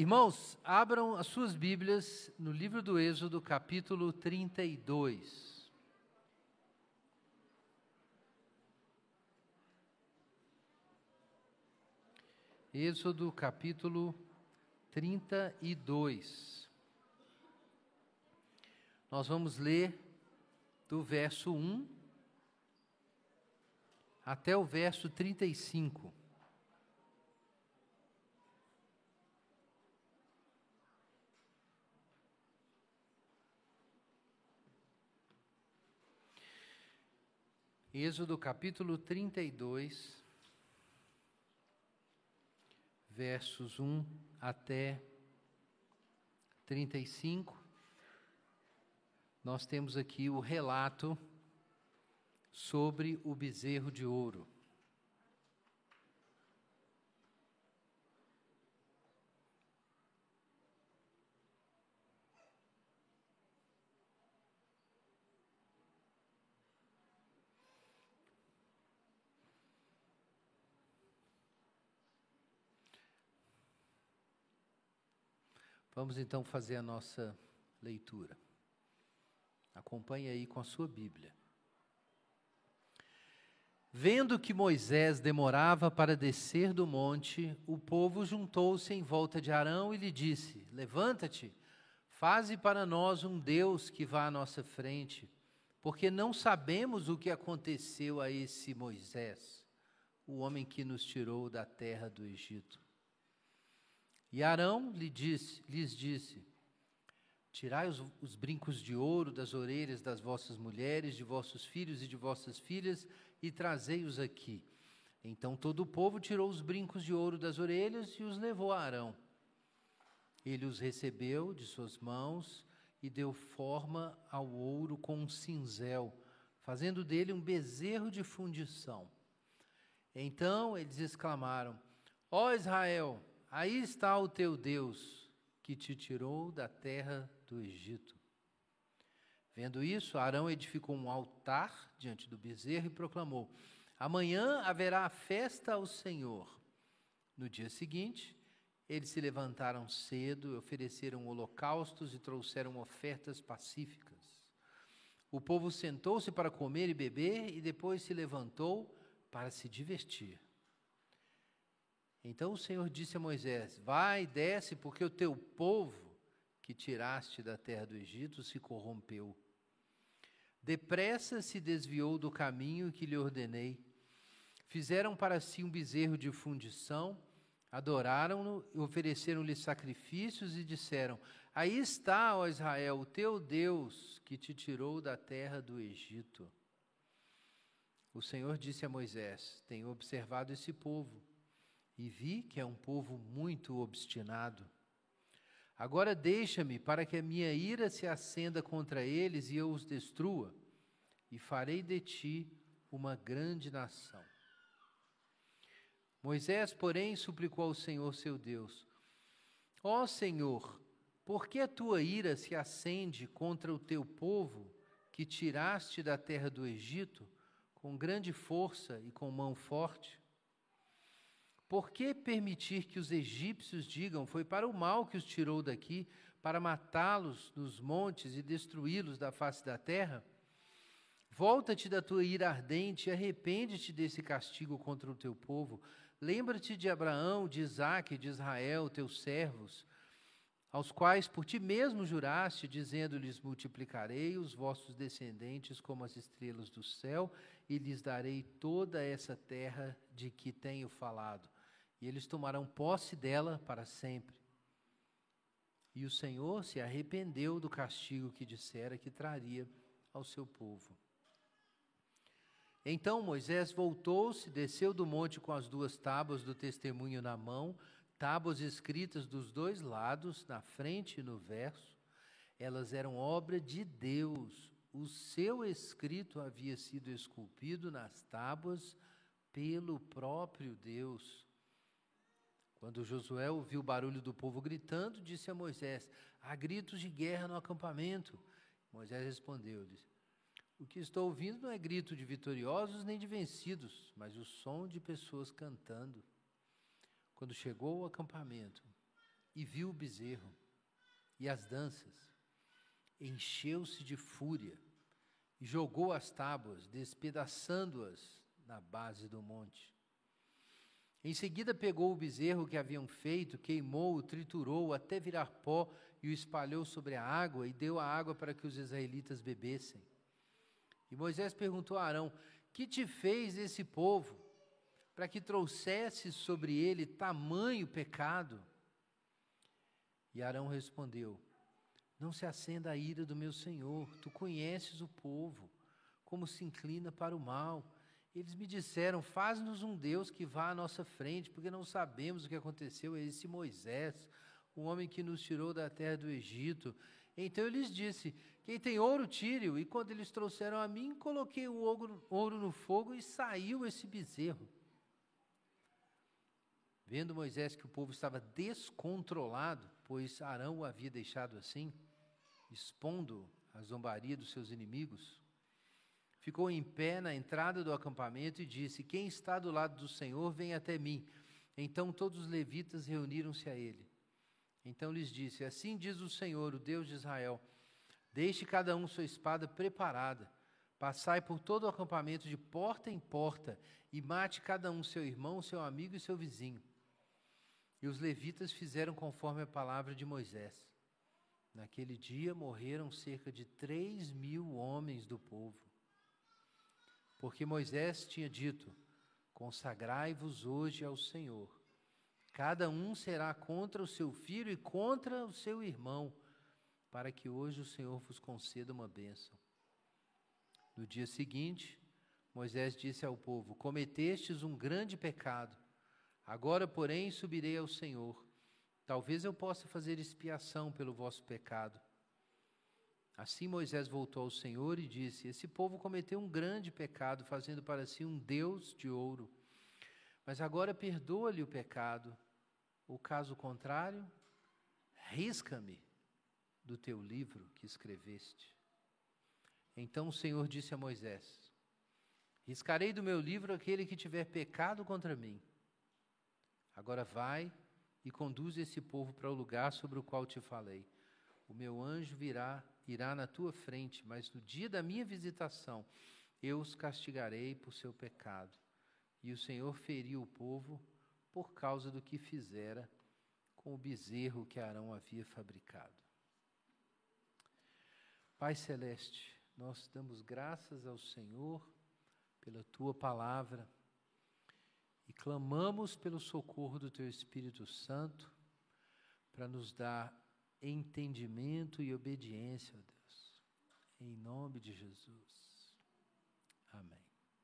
Irmãos, abram as suas Bíblias no livro do Êxodo, capítulo 32. Êxodo, capítulo 32. Nós vamos ler do verso 1 até o verso 35. Êxodo capítulo 32, versos 1 até 35. Nós temos aqui o relato sobre o bezerro de ouro. Vamos então fazer a nossa leitura. Acompanhe aí com a sua Bíblia. Vendo que Moisés demorava para descer do monte, o povo juntou-se em volta de Arão e lhe disse: Levanta-te, faze para nós um Deus que vá à nossa frente, porque não sabemos o que aconteceu a esse Moisés, o homem que nos tirou da terra do Egito. E Arão lhes disse: Tirai os brincos de ouro das orelhas das vossas mulheres, de vossos filhos e de vossas filhas, e trazei-os aqui. Então todo o povo tirou os brincos de ouro das orelhas e os levou a Arão. Ele os recebeu de suas mãos e deu forma ao ouro com um cinzel, fazendo dele um bezerro de fundição. Então eles exclamaram: Ó Israel, aí está o teu Deus, que te tirou da terra do Egito. Vendo isso, Arão edificou um altar diante do bezerro e proclamou: Amanhã haverá festa ao Senhor. No dia seguinte, eles se levantaram cedo, ofereceram holocaustos e trouxeram ofertas pacíficas. O povo sentou-se para comer e beber e depois se levantou para se divertir. Então o Senhor disse a Moisés: Vai, desce, porque o teu povo, que tiraste da terra do Egito, se corrompeu. Depressa se desviou do caminho que lhe ordenei. Fizeram para si um bezerro de fundição, adoraram-no, ofereceram-lhe sacrifícios e disseram: Aí está, ó Israel, o teu Deus, que te tirou da terra do Egito. O Senhor disse a Moisés: Tenho observado esse povo e vi que é um povo muito obstinado. Agora deixa-me para que a minha ira se acenda contra eles e eu os destrua, e farei de ti uma grande nação. Moisés, porém, suplicou ao Senhor seu Deus: Ó Senhor, por que a tua ira se acende contra o teu povo, que tiraste da terra do Egito, com grande força e com mão forte? Por que permitir que os egípcios digam: Foi para o mal que os tirou daqui, para matá-los nos montes e destruí-los da face da terra? Volta-te da tua ira ardente e arrepende-te desse castigo contra o teu povo. Lembra-te de Abraão, de Isaque e de Israel, teus servos, aos quais por ti mesmo juraste, dizendo-lhes: Multiplicarei os vossos descendentes como as estrelas do céu, e lhes darei toda essa terra de que tenho falado. E eles tomarão posse dela para sempre. E o Senhor se arrependeu do castigo que dissera que traria ao seu povo. Então Moisés voltou-se, desceu do monte com as 2 tábuas do testemunho na mão, tábuas escritas dos 2 lados, na frente e no verso. Elas eram obra de Deus. O seu escrito havia sido esculpido nas tábuas pelo próprio Deus. Quando Josué ouviu o barulho do povo gritando, disse a Moisés: Há gritos de guerra no acampamento. Moisés respondeu-lhes: O que estou ouvindo não é grito de vitoriosos nem de vencidos, mas o som de pessoas cantando. Quando chegou ao acampamento, e viu o bezerro e as danças, encheu-se de fúria e jogou as tábuas, despedaçando-as na base do monte. Em seguida pegou o bezerro que haviam feito, queimou-o, triturou-o até virar pó e o espalhou sobre a água e deu a água para que os israelitas bebessem. E Moisés perguntou a Arão: que te fez esse povo, para que trouxesses sobre ele tamanho pecado? E Arão respondeu: não se acenda a ira do meu senhor, tu conheces o povo, como se inclina para o mal. Eles me disseram: faz-nos um Deus que vá à nossa frente, porque não sabemos o que aconteceu a esse Moisés, o homem que nos tirou da terra do Egito. Então eu lhes disse: quem tem ouro, tire-o. E quando eles trouxeram a mim, coloquei o ouro no fogo e saiu esse bezerro. Vendo Moisés que o povo estava descontrolado, pois Arão o havia deixado assim, expondo a zombaria dos seus inimigos, ficou em pé na entrada do acampamento e disse: quem está do lado do Senhor, vem até mim. Então todos os levitas reuniram-se a ele. Então lhes disse: assim diz o Senhor, o Deus de Israel: deixe cada um sua espada preparada, passai por todo o acampamento de porta em porta, e mate cada um seu irmão, seu amigo e seu vizinho. E os levitas fizeram conforme a palavra de Moisés. Naquele dia morreram cerca de 3.000 homens do povo. Porque Moisés tinha dito: consagrai-vos hoje ao Senhor. Cada um será contra o seu filho e contra o seu irmão, para que hoje o Senhor vos conceda uma bênção. No dia seguinte, Moisés disse ao povo: cometestes um grande pecado. Agora, porém, subirei ao Senhor. Talvez eu possa fazer expiação pelo vosso pecado. Assim Moisés voltou ao Senhor e disse: esse povo cometeu um grande pecado, fazendo para si um Deus de ouro. Mas agora perdoa-lhe o pecado. Ou caso contrário, risca-me do teu livro que escreveste. Então o Senhor disse a Moisés: riscarei do meu livro aquele que tiver pecado contra mim. Agora vai e conduz esse povo para o lugar sobre o qual te falei. O meu anjo irá na tua frente, mas no dia da minha visitação eu os castigarei por seu pecado. E o Senhor feriu o povo por causa do que fizera com o bezerro que Arão havia fabricado. Pai Celeste, nós damos graças ao Senhor pela tua palavra e clamamos pelo socorro do teu Espírito Santo para nos dar entendimento e obediência, ó Deus. Em nome de Jesus. Amém.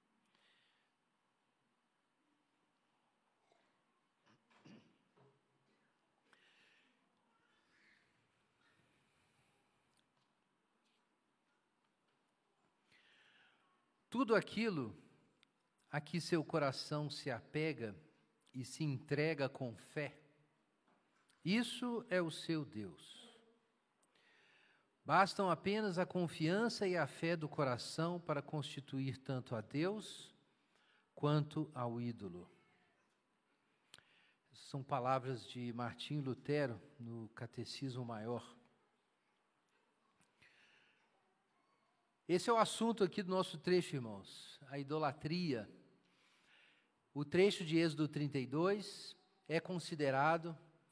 Tudo aquilo a que seu coração se apega e se entrega com fé, isso é o seu Deus. Bastam apenas a confiança e a fé do coração para constituir tanto a Deus quanto ao ídolo. São palavras de Martim Lutero no Catecismo Maior. Esse é o assunto aqui do nosso trecho, irmãos, a idolatria. O trecho de Êxodo 32 é considerado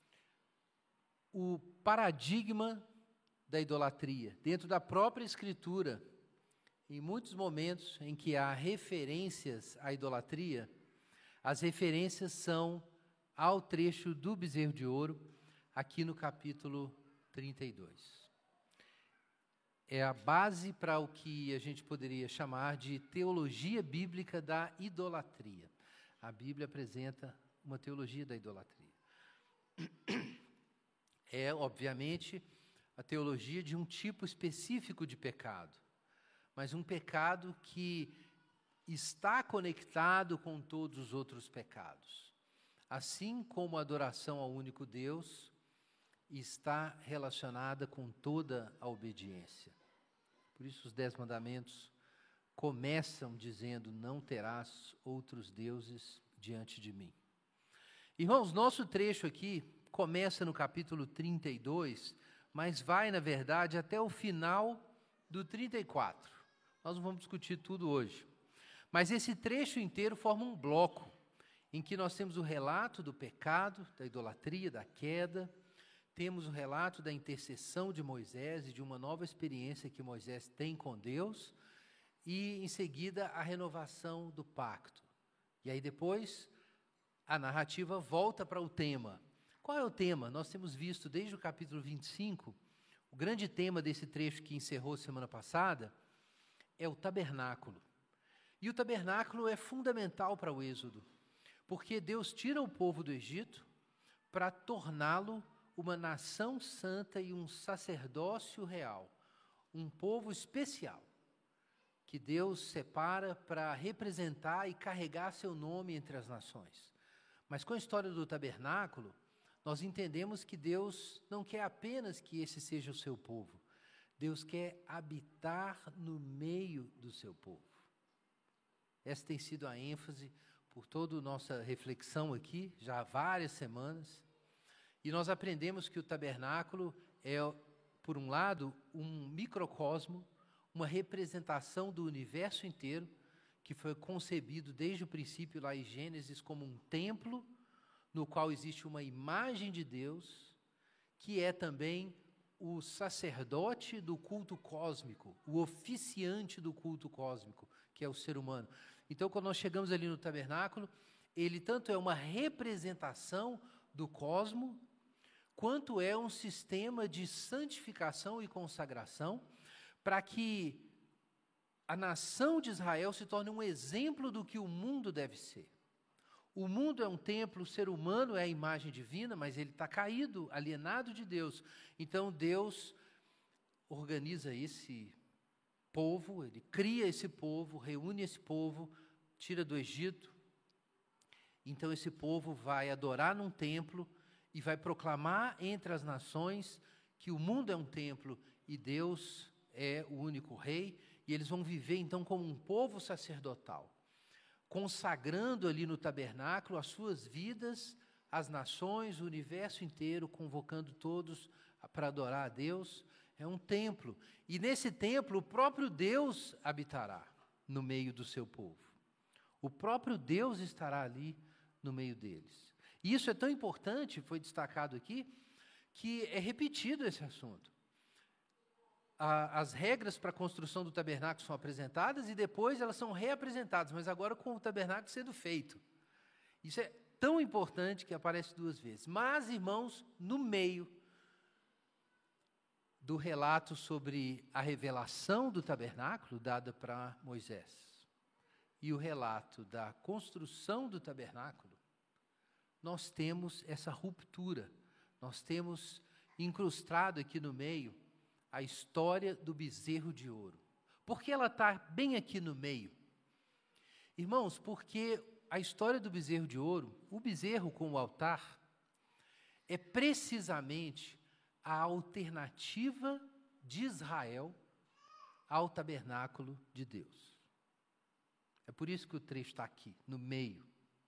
o paradigma da idolatria. Dentro da própria Escritura, em muitos momentos em que há referências à idolatria, as referências são ao trecho do bezerro de ouro, aqui no capítulo 32. É a base para o que a gente poderia chamar de teologia bíblica da idolatria. A Bíblia apresenta uma teologia da idolatria. É, obviamente, a teologia de um tipo específico de pecado, mas um pecado que está conectado com todos os outros pecados. Assim como a adoração ao único Deus está relacionada com toda a obediência. Por isso os 10 mandamentos começam dizendo: não terás outros deuses diante de mim. Irmãos, nosso trecho aqui começa no capítulo 32, mas vai, na verdade, até o final do 34. Nós não vamos discutir tudo hoje. Mas esse trecho inteiro forma um bloco, em que nós temos o relato do pecado, da idolatria, da queda, temos o relato da intercessão de Moisés e de uma nova experiência que Moisés tem com Deus, e, em seguida, a renovação do pacto. E aí, depois, a narrativa volta para o tema. Qual é o tema? Nós temos visto, desde o capítulo 25, o grande tema desse trecho que encerrou semana passada é o tabernáculo. E o tabernáculo é fundamental para o Êxodo, porque Deus tira o povo do Egito para torná-lo uma nação santa e um sacerdócio real, um povo especial, que Deus separa para representar e carregar seu nome entre as nações. Mas com a história do tabernáculo, nós entendemos que Deus não quer apenas que esse seja o seu povo, Deus quer habitar no meio do seu povo. Essa tem sido a ênfase por toda a nossa reflexão aqui, já há várias semanas. E nós aprendemos que o tabernáculo é, por um lado, um microcosmo, uma representação do universo inteiro, que foi concebido desde o princípio lá em Gênesis como um templo, no qual existe uma imagem de Deus, que é também o sacerdote do culto cósmico, o oficiante do culto cósmico, que é o ser humano. Então, quando nós chegamos ali no tabernáculo, ele tanto é uma representação do cosmo, quanto é um sistema de santificação e consagração, para que a nação de Israel se torne um exemplo do que o mundo deve ser. O mundo é um templo, o ser humano é a imagem divina, mas ele está caído, alienado de Deus. Então, Deus organiza esse povo, ele cria esse povo, reúne esse povo, tira do Egito. Então esse povo vai adorar num templo e vai proclamar entre as nações que o mundo é um templo e Deus é o único rei, e eles vão viver então como um povo sacerdotal, consagrando ali no tabernáculo as suas vidas, as nações, o universo inteiro, convocando todos para adorar a Deus. É um templo, e nesse templo o próprio Deus habitará no meio do seu povo. O próprio Deus estará ali no meio deles. E isso é tão importante, foi destacado aqui, que é repetido esse assunto. As regras para a construção do tabernáculo são apresentadas e depois elas são reapresentadas, mas agora com o tabernáculo sendo feito. Isso é tão importante que aparece duas vezes. Mas, irmãos, no meio do relato sobre a revelação do tabernáculo dada para Moisés e o relato da construção do tabernáculo, nós temos essa ruptura, nós temos incrustado aqui no meio a história do bezerro de ouro. Por que ela está bem aqui no meio? Irmãos, porque a história do bezerro de ouro, o bezerro com o altar, é precisamente a alternativa de Israel ao tabernáculo de Deus. É por isso que o trecho está aqui, no meio.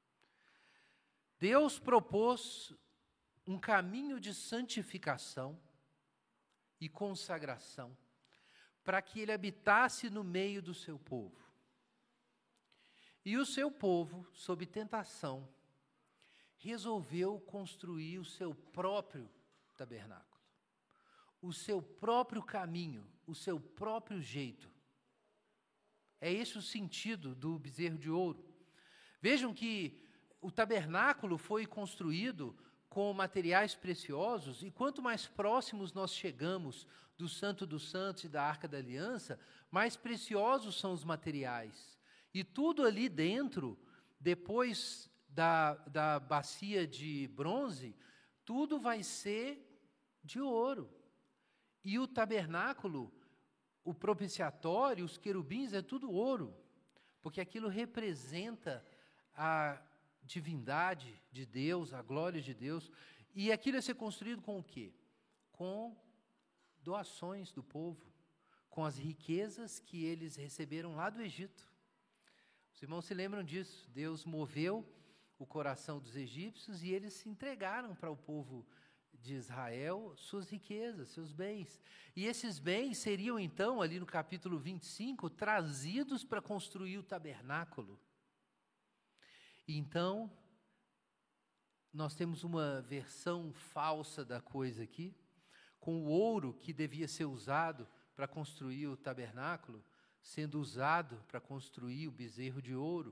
Deus propôs um caminho de santificação e consagração para que ele habitasse no meio do seu povo. E o seu povo, sob tentação, resolveu construir o seu próprio tabernáculo, o seu próprio caminho, o seu próprio jeito. É esse o sentido do bezerro de ouro. Vejam que o tabernáculo foi construído com materiais preciosos, e quanto mais próximos nós chegamos do Santo dos Santos e da Arca da Aliança, mais preciosos são os materiais. E tudo ali dentro, depois da bacia de bronze, tudo vai ser de ouro. E o tabernáculo, o propiciatório, os querubins, é tudo ouro, porque aquilo representa a divindade de Deus, a glória de Deus, e aquilo ia ser construído com o quê? Com doações do povo, com as riquezas que eles receberam lá do Egito. Os irmãos se lembram disso, Deus moveu o coração dos egípcios e eles se entregaram para o povo de Israel suas riquezas, seus bens. E esses bens seriam então, ali no capítulo 25, trazidos para construir o tabernáculo. E então, nós temos uma versão falsa da coisa aqui, com o ouro que devia ser usado para construir o tabernáculo, sendo usado para construir o bezerro de ouro.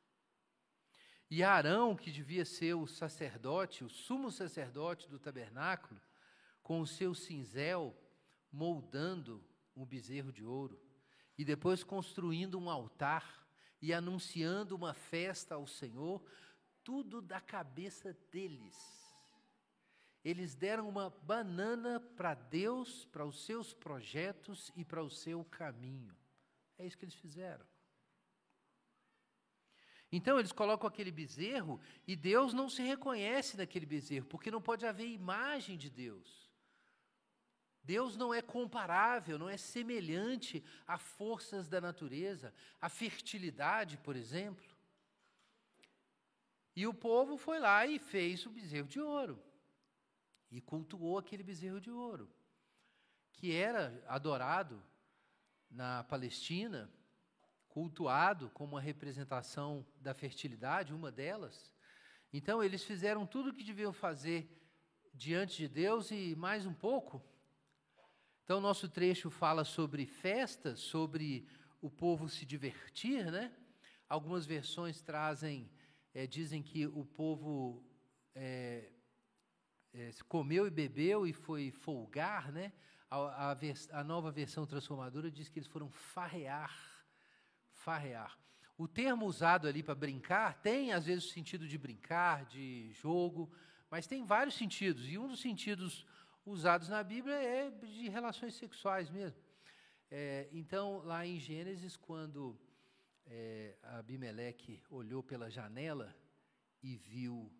E Arão, que devia ser o sacerdote, o sumo sacerdote do tabernáculo, com o seu cinzel, moldando um bezerro de ouro, e depois construindo um altar e anunciando uma festa ao Senhor, tudo da cabeça deles. Eles deram uma banana para Deus, para os seus projetos e para o seu caminho. É isso que eles fizeram. Então, eles colocam aquele bezerro e Deus não se reconhece naquele bezerro, porque não pode haver imagem de Deus. Deus não é comparável, não é semelhante a forças da natureza, a fertilidade, por exemplo. E o povo foi lá e fez o bezerro de ouro, e cultuou aquele bezerro de ouro, que era adorado na Palestina, cultuado como uma representação da fertilidade, uma delas. Então, eles fizeram tudo o que deviam fazer diante de Deus e mais um pouco. Então, nosso trecho fala sobre festas, sobre o povo se divertir, né? Algumas versões dizem que o povo comeu e bebeu e foi folgar, né? A nova versão transformadora diz que eles foram farrear. O termo usado ali para brincar tem, às vezes, o sentido de brincar, de jogo, mas tem vários sentidos. E um dos sentidos usados na Bíblia é de relações sexuais mesmo. Então, lá em Gênesis, quando Abimeleque olhou pela janela e viu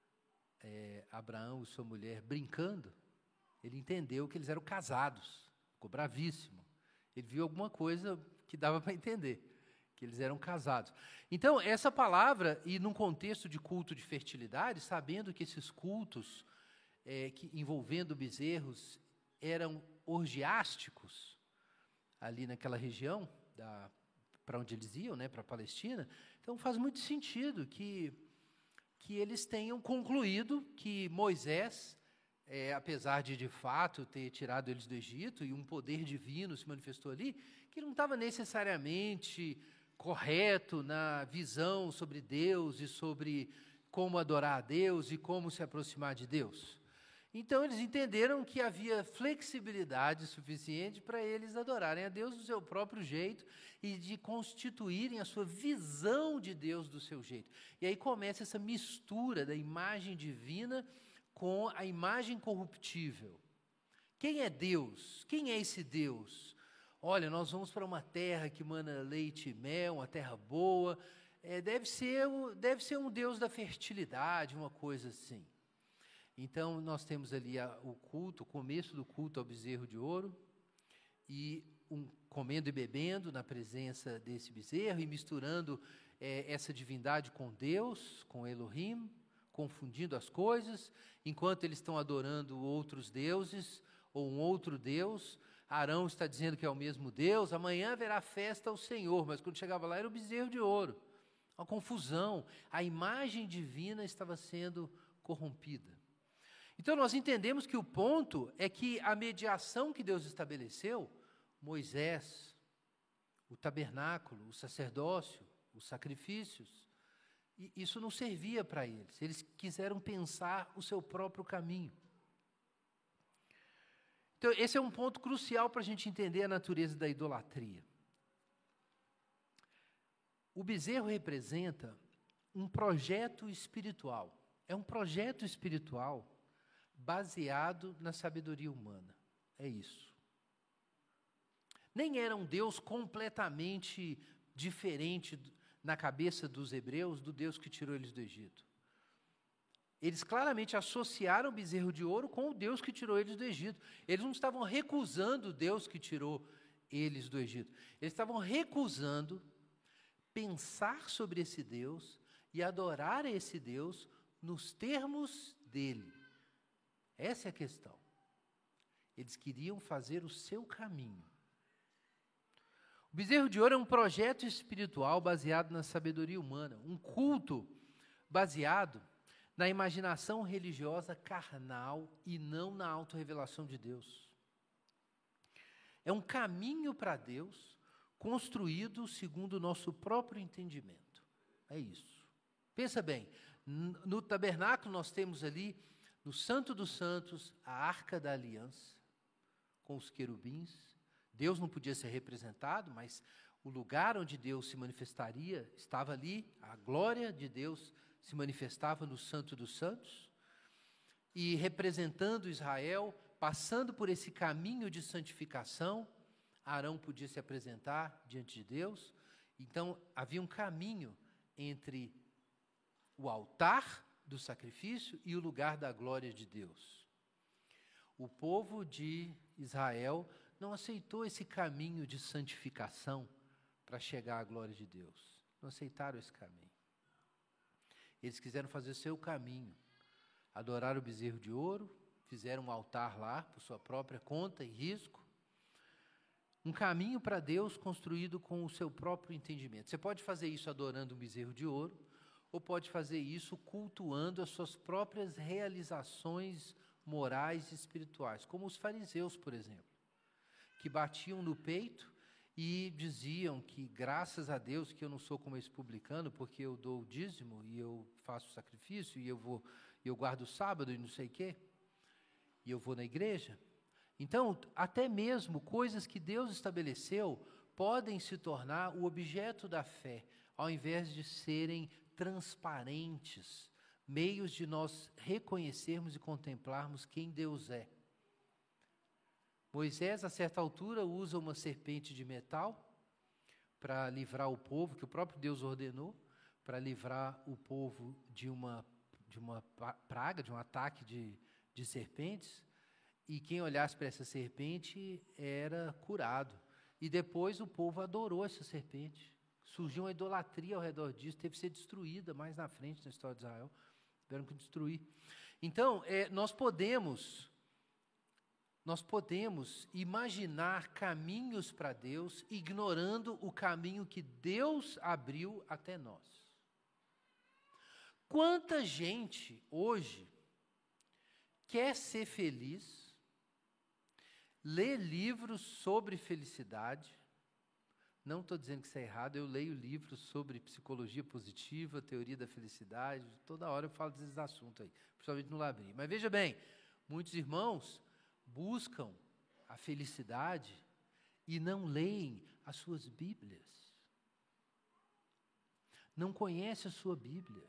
Abraão e sua mulher brincando, ele entendeu que eles eram casados, ficou bravíssimo. Ele viu alguma coisa que dava para entender, que eles eram casados. Então, essa palavra, e num contexto de culto de fertilidade, sabendo que esses cultos envolvendo bezerros eram orgiásticos, ali naquela região, para onde eles iam, né, para a Palestina, então faz muito sentido que eles tenham concluído que Moisés, apesar de fato ter tirado eles do Egito, e um poder divino se manifestou ali, que não estava necessariamente correto na visão sobre Deus e sobre como adorar a Deus e como se aproximar de Deus. Então, eles entenderam que havia flexibilidade suficiente para eles adorarem a Deus do seu próprio jeito e de constituírem a sua visão de Deus do seu jeito. E aí começa essa mistura da imagem divina com a imagem corruptível. Quem é Deus? Quem é esse Deus? Olha, nós vamos para uma terra que mana leite e mel, uma terra boa. Deve ser um Deus da fertilidade, uma coisa assim. Então, nós temos ali o começo do culto ao bezerro de ouro, e comendo e bebendo na presença desse bezerro, e misturando essa divindade com Deus, com Elohim, confundindo as coisas, enquanto eles estão adorando outros deuses, ou um outro Deus. Arão está dizendo que é o mesmo Deus, amanhã haverá festa ao Senhor, mas quando chegava lá era o bezerro de ouro. Uma confusão, a imagem divina estava sendo corrompida. Então, nós entendemos que o ponto é que a mediação que Deus estabeleceu, Moisés, o tabernáculo, o sacerdócio, os sacrifícios, isso não servia para eles. Eles quiseram pensar o seu próprio caminho. Então, esse é um ponto crucial para a gente entender a natureza da idolatria. O bezerro representa um projeto espiritual. É um projeto espiritual baseado na sabedoria humana. É isso. Nem era um Deus completamente diferente na cabeça dos hebreus do Deus que tirou eles do Egito. Eles claramente associaram o bezerro de ouro com o Deus que tirou eles do Egito. Eles não estavam recusando o Deus que tirou eles do Egito. Eles estavam recusando pensar sobre esse Deus e adorar esse Deus nos termos dele. Essa é a questão. Eles queriam fazer o seu caminho. O bezerro de ouro é um projeto espiritual baseado na sabedoria humana, um culto baseado na imaginação religiosa carnal e não na autorrevelação de Deus. É um caminho para Deus construído segundo o nosso próprio entendimento. É isso. Pensa bem, no tabernáculo nós temos ali, no Santo dos Santos, a Arca da Aliança, com os querubins. Deus não podia ser representado, mas o lugar onde Deus se manifestaria estava ali, a glória de Deus se manifestava no Santo dos Santos, e representando Israel, passando por esse caminho de santificação, Arão podia se apresentar diante de Deus. Então, havia um caminho entre o altar do sacrifício e o lugar da glória de Deus. O povo de Israel não aceitou esse caminho de santificação para chegar à glória de Deus. Não aceitaram esse caminho. Eles quiseram fazer o seu caminho. Adoraram o bezerro de ouro, fizeram um altar lá, por sua própria conta e risco. Um caminho para Deus construído com o seu próprio entendimento. Você pode fazer isso adorando um bezerro de ouro, ou pode fazer isso cultuando as suas próprias realizações morais e espirituais, como os fariseus, por exemplo, que batiam no peito e diziam que, graças a Deus, que eu não sou como esse publicano, porque eu dou o dízimo e eu faço o sacrifício e eu guardo o sábado e não sei o quê, e eu vou na igreja. Então, até mesmo coisas que Deus estabeleceu podem se tornar o objeto da fé, ao invés de serem transparentes, meios de nós reconhecermos e contemplarmos quem Deus é. Moisés, a certa altura, usa uma serpente de metal para livrar o povo, que o próprio Deus ordenou, para livrar o povo de uma praga, de um ataque de serpentes, e quem olhasse para essa serpente era curado. E depois o povo adorou essa serpente. Surgiu uma idolatria ao redor disso, teve que ser destruída mais na frente na história de Israel. Tiveram que destruir. Então, nós podemos imaginar caminhos para Deus, ignorando o caminho que Deus abriu até nós. Quanta gente hoje quer ser feliz, lê livros sobre felicidade. Não estou dizendo que isso é errado, eu leio livros sobre psicologia positiva, teoria da felicidade, toda hora eu falo desses assuntos aí, principalmente no Labrinho. Mas veja bem, muitos irmãos buscam a felicidade e não leem as suas Bíblias. Não conhece a sua Bíblia.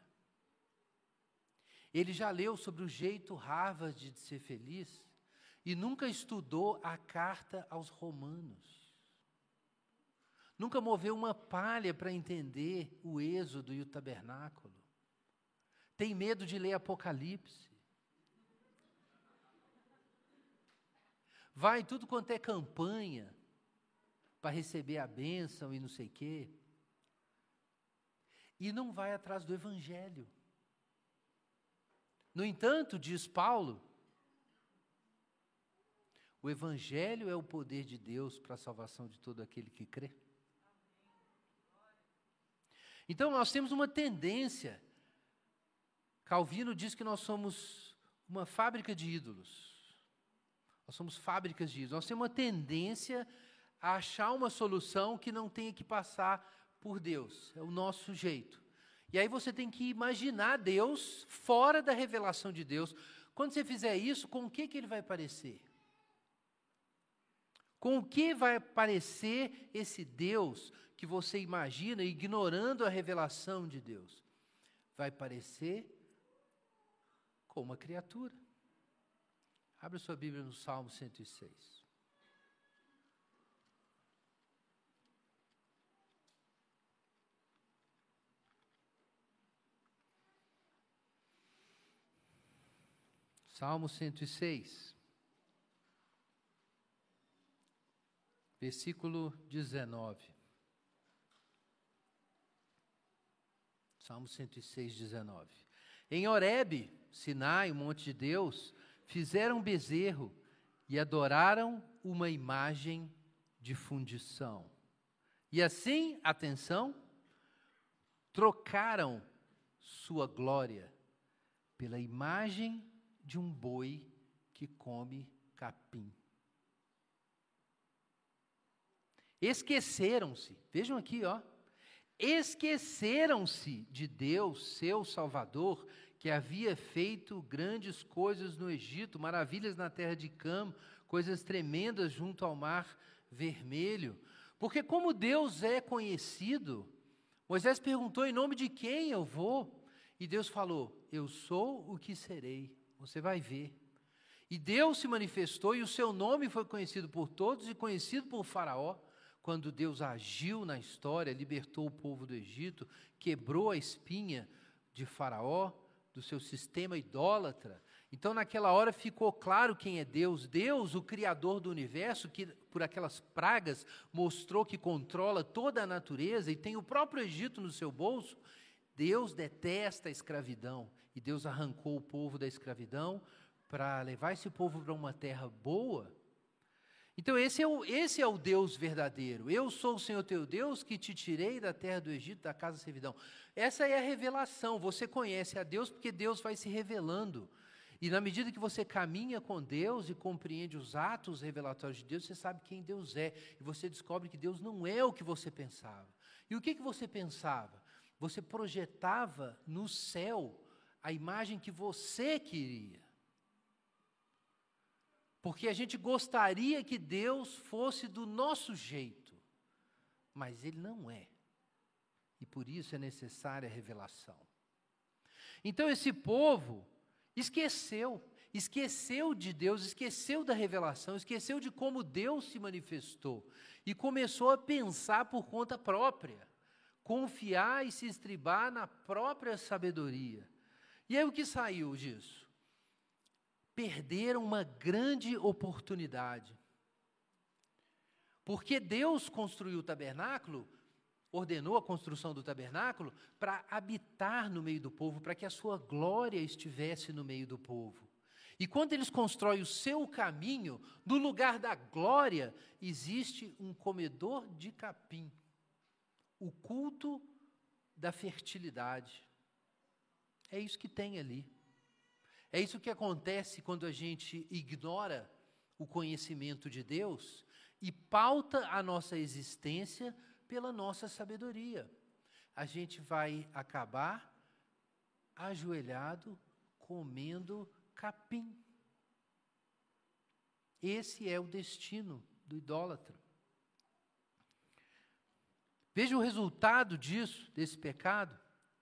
Ele já leu sobre o jeito Harvard de ser feliz e nunca estudou a carta aos Romanos. Nunca moveu uma palha para entender o Êxodo e o tabernáculo. Tem medo de ler Apocalipse. Vai em tudo quanto é campanha para receber a bênção e não sei o quê. E não vai atrás do Evangelho. No entanto, diz Paulo, o Evangelho é o poder de Deus para a salvação de todo aquele que crê. Então, nós temos uma tendência. Calvino diz que nós somos uma fábrica de ídolos. Nós somos fábricas de ídolos. Nós temos uma tendência a achar uma solução que não tenha que passar por Deus. É o nosso jeito. E aí você tem que imaginar Deus fora da revelação de Deus. Quando você fizer isso, com o que ele vai parecer? Com o que vai parecer esse Deus que você imagina, ignorando a revelação de Deus? Vai parecer com uma criatura. Abra sua Bíblia no Salmo 106. Salmo 106. Versículo 19. Salmo 106, 19. Em Horebe, Sinai, o monte de Deus, fizeram bezerro e adoraram uma imagem de fundição. E assim, atenção, trocaram sua glória pela imagem de um boi que come capim. Esqueceram-se, vejam aqui, esqueceram-se de Deus, seu Salvador, que havia feito grandes coisas no Egito, maravilhas na terra de Cam, coisas tremendas junto ao mar Vermelho. Porque como Deus é conhecido, Moisés perguntou: em nome de quem eu vou? E Deus falou: eu sou o que serei, você vai ver. E Deus se manifestou e o seu nome foi conhecido por todos e conhecido por Faraó. Quando Deus agiu na história, libertou o povo do Egito, quebrou a espinha de Faraó, do seu sistema idólatra. Então, naquela hora, ficou claro quem é Deus. Deus, o Criador do universo, que por aquelas pragas mostrou que controla toda a natureza e tem o próprio Egito no seu bolso. Deus detesta a escravidão e Deus arrancou o povo da escravidão para levar esse povo para uma terra boa. Então esse é o Deus verdadeiro. Eu sou o Senhor teu Deus que te tirei da terra do Egito, da casa da servidão. Essa é a revelação. Você conhece a Deus porque Deus vai se revelando. E na medida que você caminha com Deus e compreende os atos revelatórios de Deus, você sabe quem Deus é. E você descobre que Deus não é o que você pensava. E o que você pensava? Você projetava no céu a imagem que você queria. Porque a gente gostaria que Deus fosse do nosso jeito, mas Ele não é. E por isso é necessária a revelação. Então esse povo esqueceu de Deus, esqueceu da revelação, esqueceu de como Deus se manifestou e começou a pensar por conta própria, confiar e se estribar na própria sabedoria. E aí o que saiu disso? Perderam uma grande oportunidade. Porque Deus construiu o tabernáculo, ordenou a construção do tabernáculo para habitar no meio do povo, para que a sua glória estivesse no meio do povo. E quando eles constroem o seu caminho, no lugar da glória, existe um comedor de capim. O culto da fertilidade. É isso que tem ali. É isso que acontece quando a gente ignora o conhecimento de Deus e pauta a nossa existência pela nossa sabedoria. A gente vai acabar ajoelhado, comendo capim. Esse é o destino do idólatra. Veja o resultado disso, desse pecado.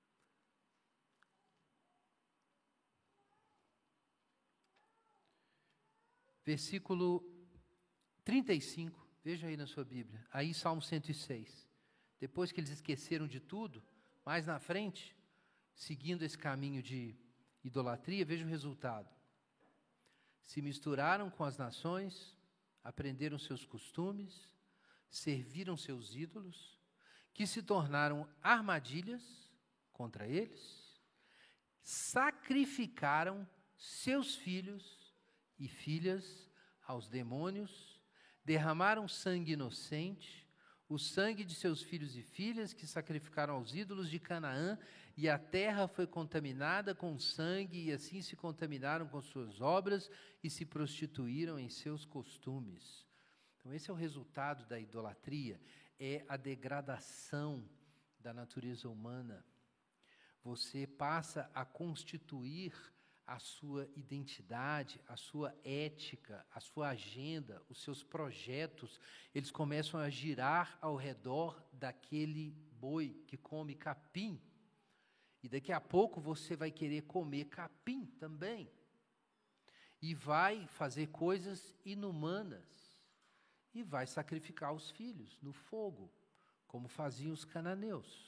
Versículo 35, veja aí na sua Bíblia, aí Salmo 106. Depois que eles esqueceram de tudo, mais na frente, seguindo esse caminho de idolatria, veja o resultado. Se misturaram com as nações, aprenderam seus costumes, serviram seus ídolos, que se tornaram armadilhas contra eles, sacrificaram seus filhos e filhas aos demônios, derramaram sangue inocente, o sangue de seus filhos e filhas que sacrificaram aos ídolos de Canaã, e a terra foi contaminada com sangue, e assim se contaminaram com suas obras e se prostituíram em seus costumes. Então esse é o resultado da idolatria, é a degradação da natureza humana. Você passa a constituir a sua identidade, a sua ética, a sua agenda, os seus projetos, eles começam a girar ao redor daquele boi que come capim. E daqui a pouco você vai querer comer capim também. E vai fazer coisas inumanas. E vai sacrificar os filhos no fogo, como faziam os cananeus.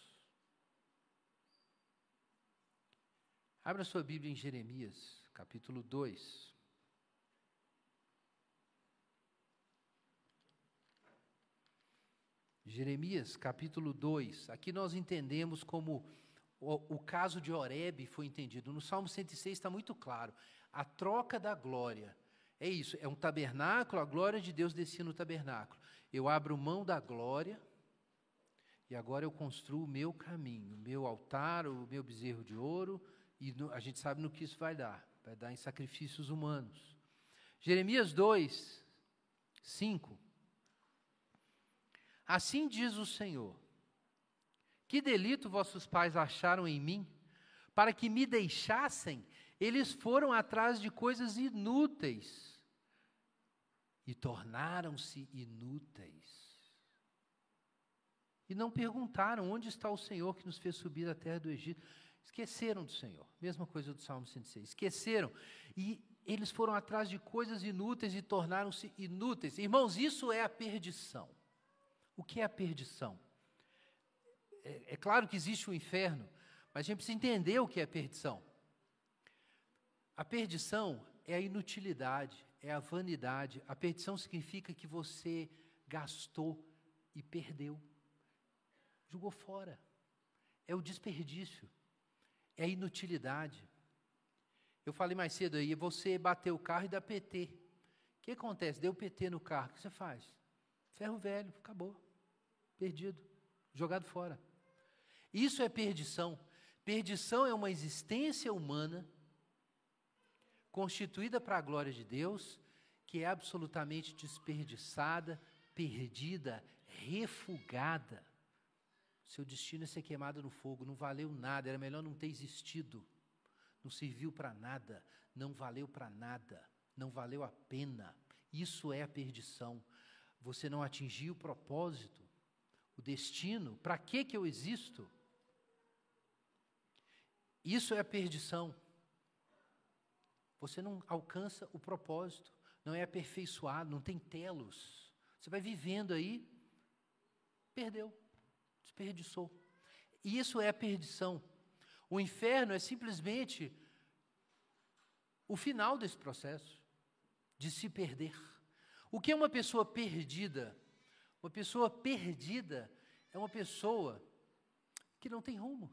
Abra sua Bíblia em Jeremias, capítulo 2. Jeremias, capítulo 2. Aqui nós entendemos como o caso de Horebe foi entendido. No Salmo 106 está muito claro. A troca da glória. É isso, é um tabernáculo, a glória de Deus descia no tabernáculo. Eu abro mão da glória e agora eu construo o meu caminho, o meu altar, o meu bezerro de ouro, e a gente sabe no que isso vai dar em sacrifícios humanos. Jeremias 2, 5. Assim diz o Senhor: que delito vossos pais acharam em mim, para que me deixassem? Eles foram atrás de coisas inúteis e tornaram-se inúteis. E não perguntaram: onde está o Senhor que nos fez subir da terra do Egito? Esqueceram do Senhor. Mesma coisa do Salmo 106. Esqueceram. E eles foram atrás de coisas inúteis e tornaram-se inúteis. Irmãos, isso é a perdição. O que é a perdição? É claro que existe o inferno, mas a gente precisa entender o que é a perdição. A perdição é a inutilidade, é a vanidade. A perdição significa que você gastou e perdeu. Jogou fora. É o desperdício. É a inutilidade. Eu falei mais cedo aí, você bateu o carro e dá PT. O que acontece? Deu PT no carro, o que você faz? Ferro velho, acabou. Perdido. Jogado fora. Isso é perdição. Perdição é uma existência humana constituída para a glória de Deus, que é absolutamente desperdiçada, perdida, refugada. Seu destino é ser queimado no fogo, não valeu nada, era melhor não ter existido. Não serviu para nada, não valeu para nada, não valeu a pena. Isso é a perdição. Você não atingiu o propósito, o destino. Para que eu existo? Isso é a perdição. Você não alcança o propósito, não é aperfeiçoado, não tem telos. Você vai vivendo aí, perdeu, desperdiçou. E isso é a perdição. O inferno é simplesmente o final desse processo, de se perder. O que é uma pessoa perdida? Uma pessoa perdida é uma pessoa que não tem rumo.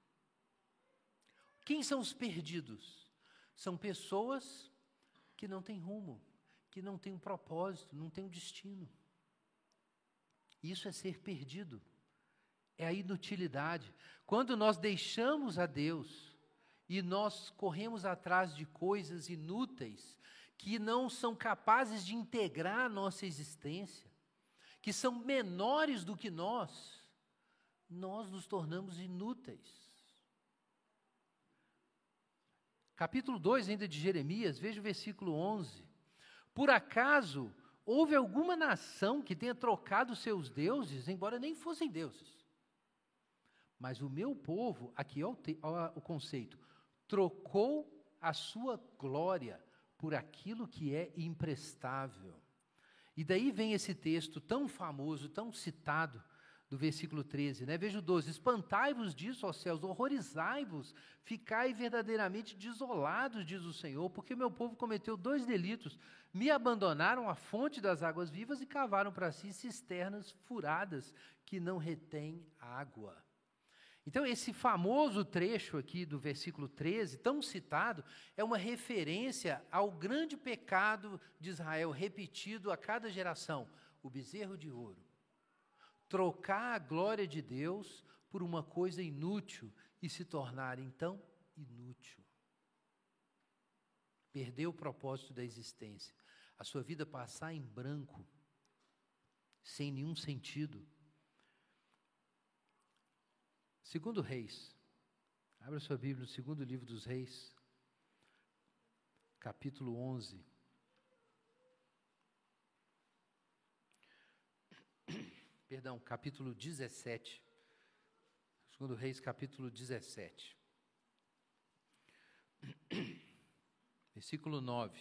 Quem são os perdidos? São pessoas que não têm rumo, que não têm um propósito, não têm um destino. Isso é ser perdido. É a inutilidade. Quando nós deixamos a Deus e nós corremos atrás de coisas inúteis, que não são capazes de integrar a nossa existência, que são menores do que nós nos tornamos inúteis. Capítulo 2 ainda de Jeremias, veja o versículo 11. Por acaso houve alguma nação que tenha trocado seus deuses, embora nem fossem deuses? Mas o meu povo, aqui é o conceito, trocou a sua glória por aquilo que é imprestável. E daí vem esse texto tão famoso, tão citado, do versículo 13, né? Veja o 12, espantai-vos disso, ó céus, horrorizai-vos, ficai verdadeiramente desolados, diz o Senhor, porque o meu povo cometeu 2 delitos, me abandonaram a fonte das águas vivas e cavaram para si cisternas furadas, que não retêm água. Então, esse famoso trecho aqui do versículo 13, tão citado, é uma referência ao grande pecado de Israel, repetido a cada geração, o bezerro de ouro. Trocar a glória de Deus por uma coisa inútil e se tornar, então, inútil. Perder o propósito da existência. A sua vida passar em branco, sem nenhum sentido. Segundo Reis, abra sua Bíblia no segundo livro dos Reis, capítulo 11. Perdão, capítulo 17. Segundo Reis, capítulo 17. Versículo 9.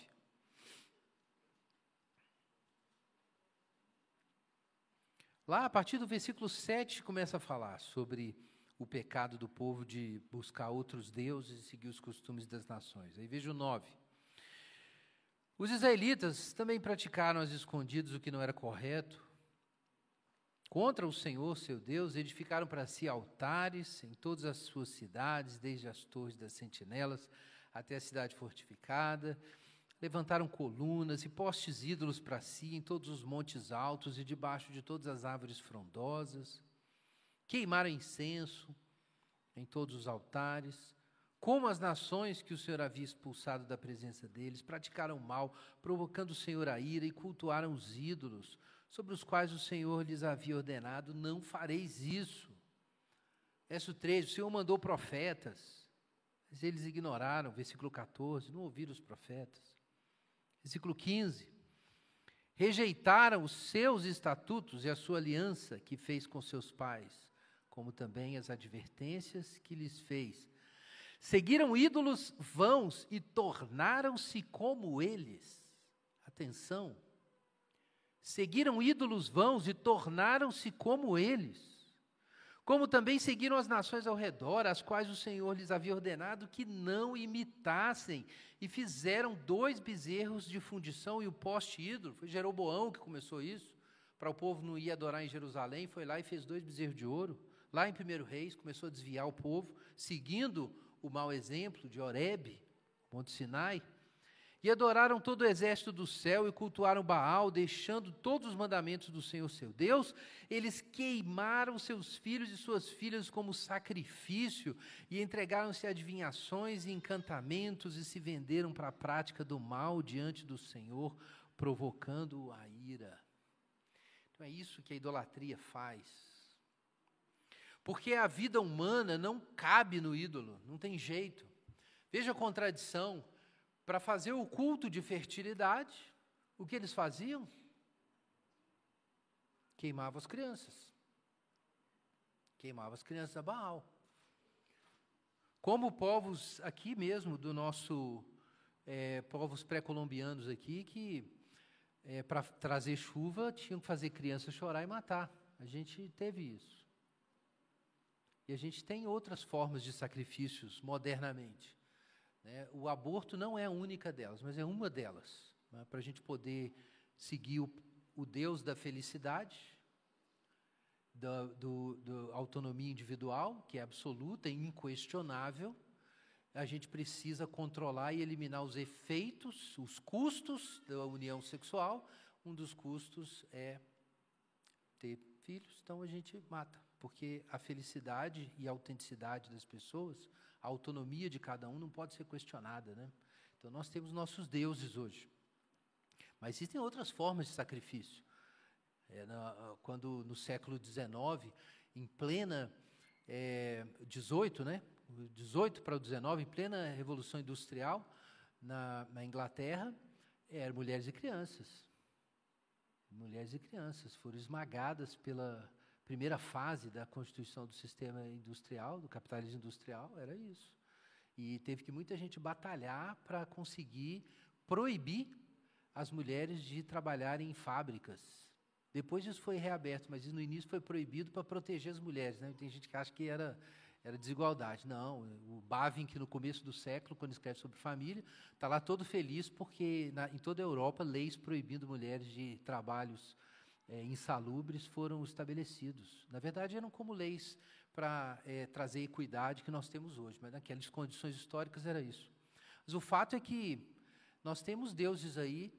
Lá, a partir do versículo 7, começa a falar sobre o pecado do povo de buscar outros deuses e seguir os costumes das nações. Aí veja o 9. Os israelitas também praticaram às escondidas o que não era correto. Contra o Senhor, seu Deus, edificaram para si altares em todas as suas cidades, desde as torres das sentinelas até a cidade fortificada. Levantaram colunas e postes ídolos para si em todos os montes altos e debaixo de todas as árvores frondosas. Queimaram incenso em todos os altares. Como as nações que o Senhor havia expulsado da presença deles, praticaram mal, provocando o Senhor a ira, e cultuaram os ídolos, sobre os quais o Senhor lhes havia ordenado: não fareis isso. Verso 13, o Senhor mandou profetas, mas eles ignoraram. Versículo 14, não ouviram os profetas. Versículo 15, rejeitaram os seus estatutos e a sua aliança que fez com seus pais, como também as advertências que lhes fez. Seguiram ídolos vãos e tornaram-se como eles. Atenção. Seguiram ídolos vãos e tornaram-se como eles. Como também seguiram as nações ao redor, as quais o Senhor lhes havia ordenado que não imitassem, e fizeram 2 bezerros de fundição e o poste ídolo. Foi Jeroboão que começou isso, para o povo não ir adorar em Jerusalém. Foi lá e fez 2 bezerros de ouro. Lá em 1 Reis, começou a desviar o povo, seguindo o mau exemplo de Horebe, Monte Sinai. E adoraram todo o exército do céu e cultuaram Baal, deixando todos os mandamentos do Senhor seu Deus. Eles queimaram seus filhos e suas filhas como sacrifício e entregaram-se a adivinhações e encantamentos e se venderam para a prática do mal diante do Senhor, provocando a ira. Então é isso que a idolatria faz. Porque a vida humana não cabe no ídolo, não tem jeito. Veja a contradição. Para fazer o culto de fertilidade, o que eles faziam? Queimavam as crianças. Queimavam as crianças a Baal. Como povos aqui mesmo, do nosso, povos pré-colombianos aqui, que para trazer chuva tinham que fazer criança chorar e matar. A gente teve isso. E a gente tem outras formas de sacrifícios modernamente. O aborto não é a única delas, mas é uma delas, para a gente poder seguir o Deus da felicidade, da autonomia individual, que é absoluta e inquestionável. A gente precisa controlar e eliminar os efeitos, os custos da união sexual. Um dos custos é ter filhos, então a gente mata, porque a felicidade e a autenticidade das pessoas, a autonomia de cada um não pode ser questionada, né? Então nós temos nossos deuses hoje. Mas existem outras formas de sacrifício. Quando no século XIX, em plena 18, né? 18 para o 19, em plena Revolução Industrial, na Inglaterra, eram mulheres e crianças. Mulheres e crianças foram esmagadas pela primeira fase da constituição do sistema industrial, do capitalismo industrial, era isso. E teve que muita gente batalhar para conseguir proibir as mulheres de trabalharem em fábricas. Depois isso foi reaberto, mas no início foi proibido para proteger as mulheres, né? Tem gente que acha que era desigualdade. Não, o Bavinck, no começo do século, quando escreve sobre família, está lá todo feliz porque em toda a Europa leis proibindo mulheres de trabalhos insalubres foram estabelecidos. Na verdade, eram como leis para trazer a equidade que nós temos hoje, mas naquelas condições históricas era isso. Mas o fato é que nós temos deuses aí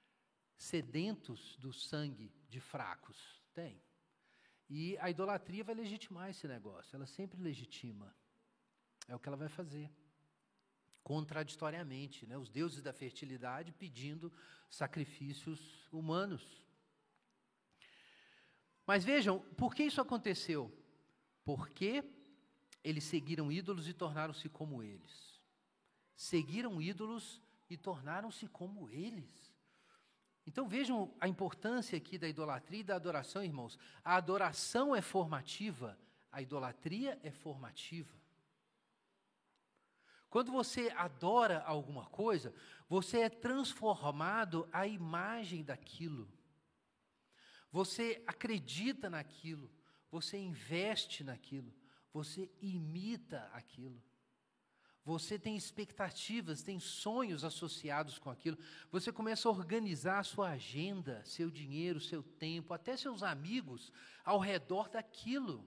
sedentos do sangue de fracos. Tem. E a idolatria vai legitimar esse negócio, ela sempre legitima. É o que ela vai fazer. Contraditoriamente, né? Os deuses da fertilidade pedindo sacrifícios humanos. Mas vejam, por que isso aconteceu? Porque eles seguiram ídolos e tornaram-se como eles. Seguiram ídolos e tornaram-se como eles. Então vejam a importância aqui da idolatria e da adoração, irmãos. A adoração é formativa, a idolatria é formativa. Quando você adora alguma coisa, você é transformado à imagem daquilo. Você acredita naquilo, você investe naquilo, você imita aquilo. Você tem expectativas, tem sonhos associados com aquilo. Você começa a organizar a sua agenda, seu dinheiro, seu tempo, até seus amigos ao redor daquilo.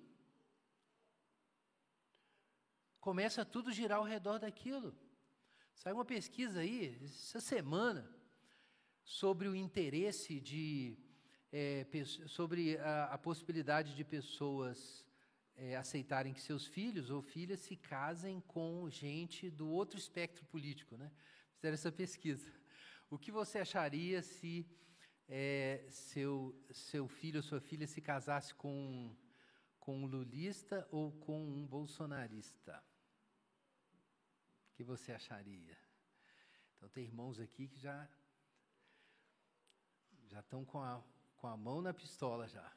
Começa tudo a girar ao redor daquilo. Saiu uma pesquisa aí, essa semana, sobre o interesse sobre a possibilidade de pessoas aceitarem que seus filhos ou filhas se casem com gente do outro espectro político, né? Fizeram essa pesquisa. O que você acharia se seu filho ou sua filha se casasse com um lulista ou com um bolsonarista? O que você acharia? Então, tem irmãos aqui que já estão com a mão na pistola já.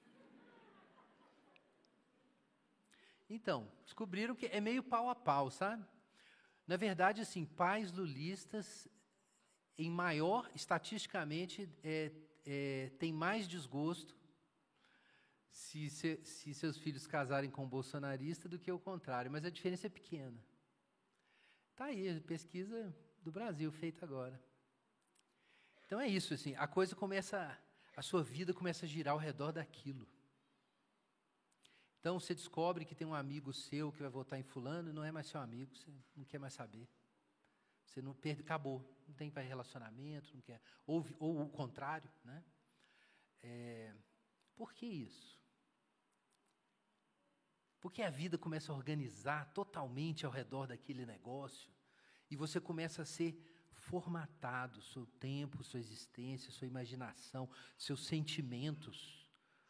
Então, descobriram que é meio pau a pau, sabe? Na verdade, assim, pais lulistas, estatisticamente, têm mais desgosto se seus filhos casarem com um bolsonarista do que o contrário, mas a diferença é pequena. Está aí, a pesquisa do Brasil, feita agora. Então é isso, assim, a sua vida começa a girar ao redor daquilo. Então você descobre que tem um amigo seu que vai votar em fulano, não é mais seu amigo, você não quer mais saber. Você não acabou, não tem mais relacionamento, não quer. Ou o contrário, né? Por que isso? Porque a vida começa a organizar totalmente ao redor daquele negócio e você começa a ser formatado, seu tempo, sua existência, sua imaginação, seus sentimentos.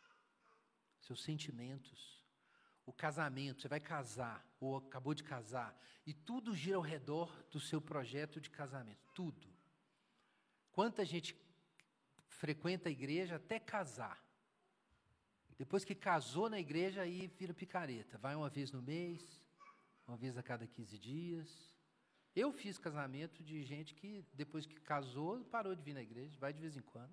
O casamento, você vai casar, ou acabou de casar, e tudo gira ao redor do seu projeto de casamento, tudo. Quanta gente frequenta a igreja até casar. Depois que casou na igreja, aí vira picareta. Vai uma vez no mês, uma vez a cada 15 dias. Eu fiz casamento de gente que, depois que casou, parou de vir na igreja, vai de vez em quando.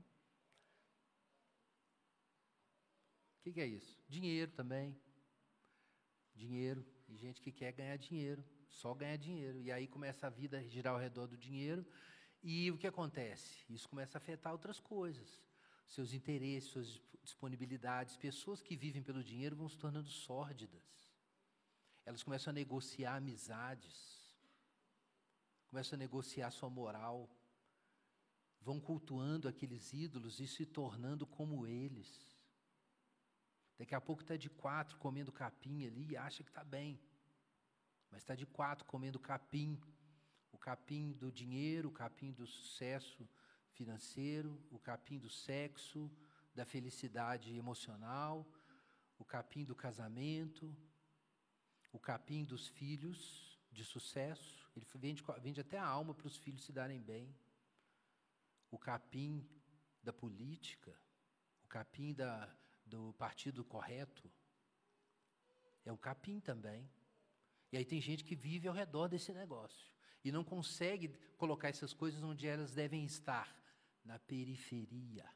O que é isso? Dinheiro também. Dinheiro. E gente que quer ganhar dinheiro, só ganhar dinheiro. E aí começa a vida a girar ao redor do dinheiro. E o que acontece? Isso começa a afetar outras coisas. Seus interesses, suas disponibilidades. Pessoas que vivem pelo dinheiro vão se tornando sórdidas. Elas começam a negociar amizades. Começam a negociar sua moral. Vão cultuando aqueles ídolos e se tornando como eles. Daqui a pouco está de 4 comendo capim ali e acha que está bem. Mas está de 4 comendo capim. O capim do dinheiro, o capim do sucesso financeiro, o capim do sexo, da felicidade emocional, o capim do casamento, o capim dos filhos de sucesso. Ele vende até a alma para os filhos se darem bem. O capim da política, o capim do partido correto, é um capim também. E aí tem gente que vive ao redor desse negócio e não consegue colocar essas coisas onde elas devem estar, na periferia.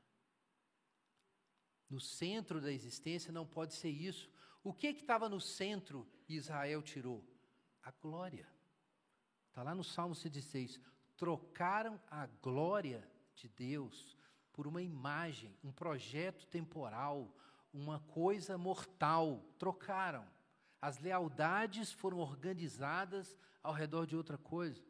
No centro da existência não pode ser isso. O que estava no centro e Israel tirou? A glória. Está lá no Salmo 106. Trocaram a glória de Deus por uma imagem, um projeto temporal, uma coisa mortal. Trocaram. As lealdades foram organizadas ao redor de outra coisa.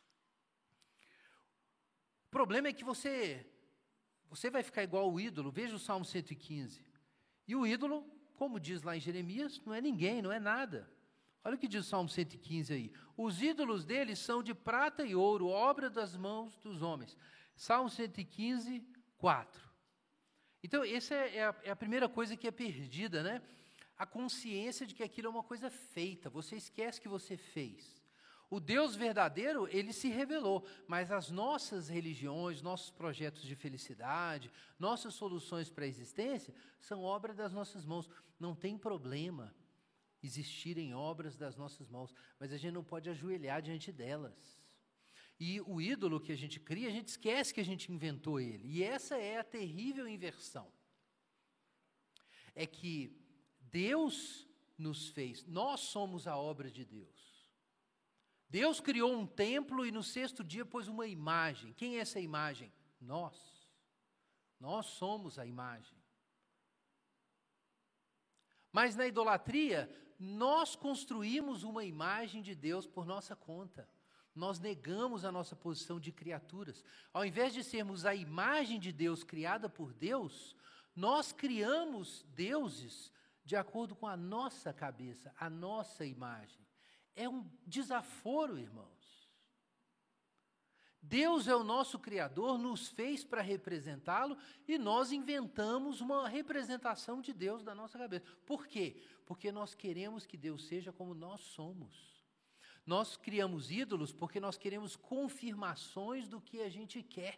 O problema é que você vai ficar igual o ídolo. Veja o Salmo 115. E o ídolo, como diz lá em Jeremias, não é ninguém, não é nada. Olha o que diz o Salmo 115 aí. Os ídolos deles são de prata e ouro, obra das mãos dos homens. Salmo 115, 4. Então, essa é a primeira coisa que é perdida, né? A consciência de que aquilo é uma coisa feita. Você esquece que você fez. O Deus verdadeiro, ele se revelou, mas as nossas religiões, nossos projetos de felicidade, nossas soluções para a existência, são obra das nossas mãos. Não tem problema existirem obras das nossas mãos, mas a gente não pode ajoelhar diante delas. E o ídolo que a gente cria, a gente esquece que a gente inventou ele. E essa é a terrível inversão. É que Deus nos fez, nós somos a obra de Deus. Deus criou um templo e no sexto dia pôs uma imagem. Quem é essa imagem? Nós. Nós somos a imagem. Mas na idolatria, nós construímos uma imagem de Deus por nossa conta. Nós negamos a nossa posição de criaturas. Ao invés de sermos a imagem de Deus criada por Deus, nós criamos deuses de acordo com a nossa cabeça, a nossa imagem. É um desaforo, irmãos. Deus é o nosso Criador, nos fez para representá-lo e nós inventamos uma representação de Deus da nossa cabeça. Por quê? Porque nós queremos que Deus seja como nós somos. Nós criamos ídolos porque nós queremos confirmações do que a gente quer.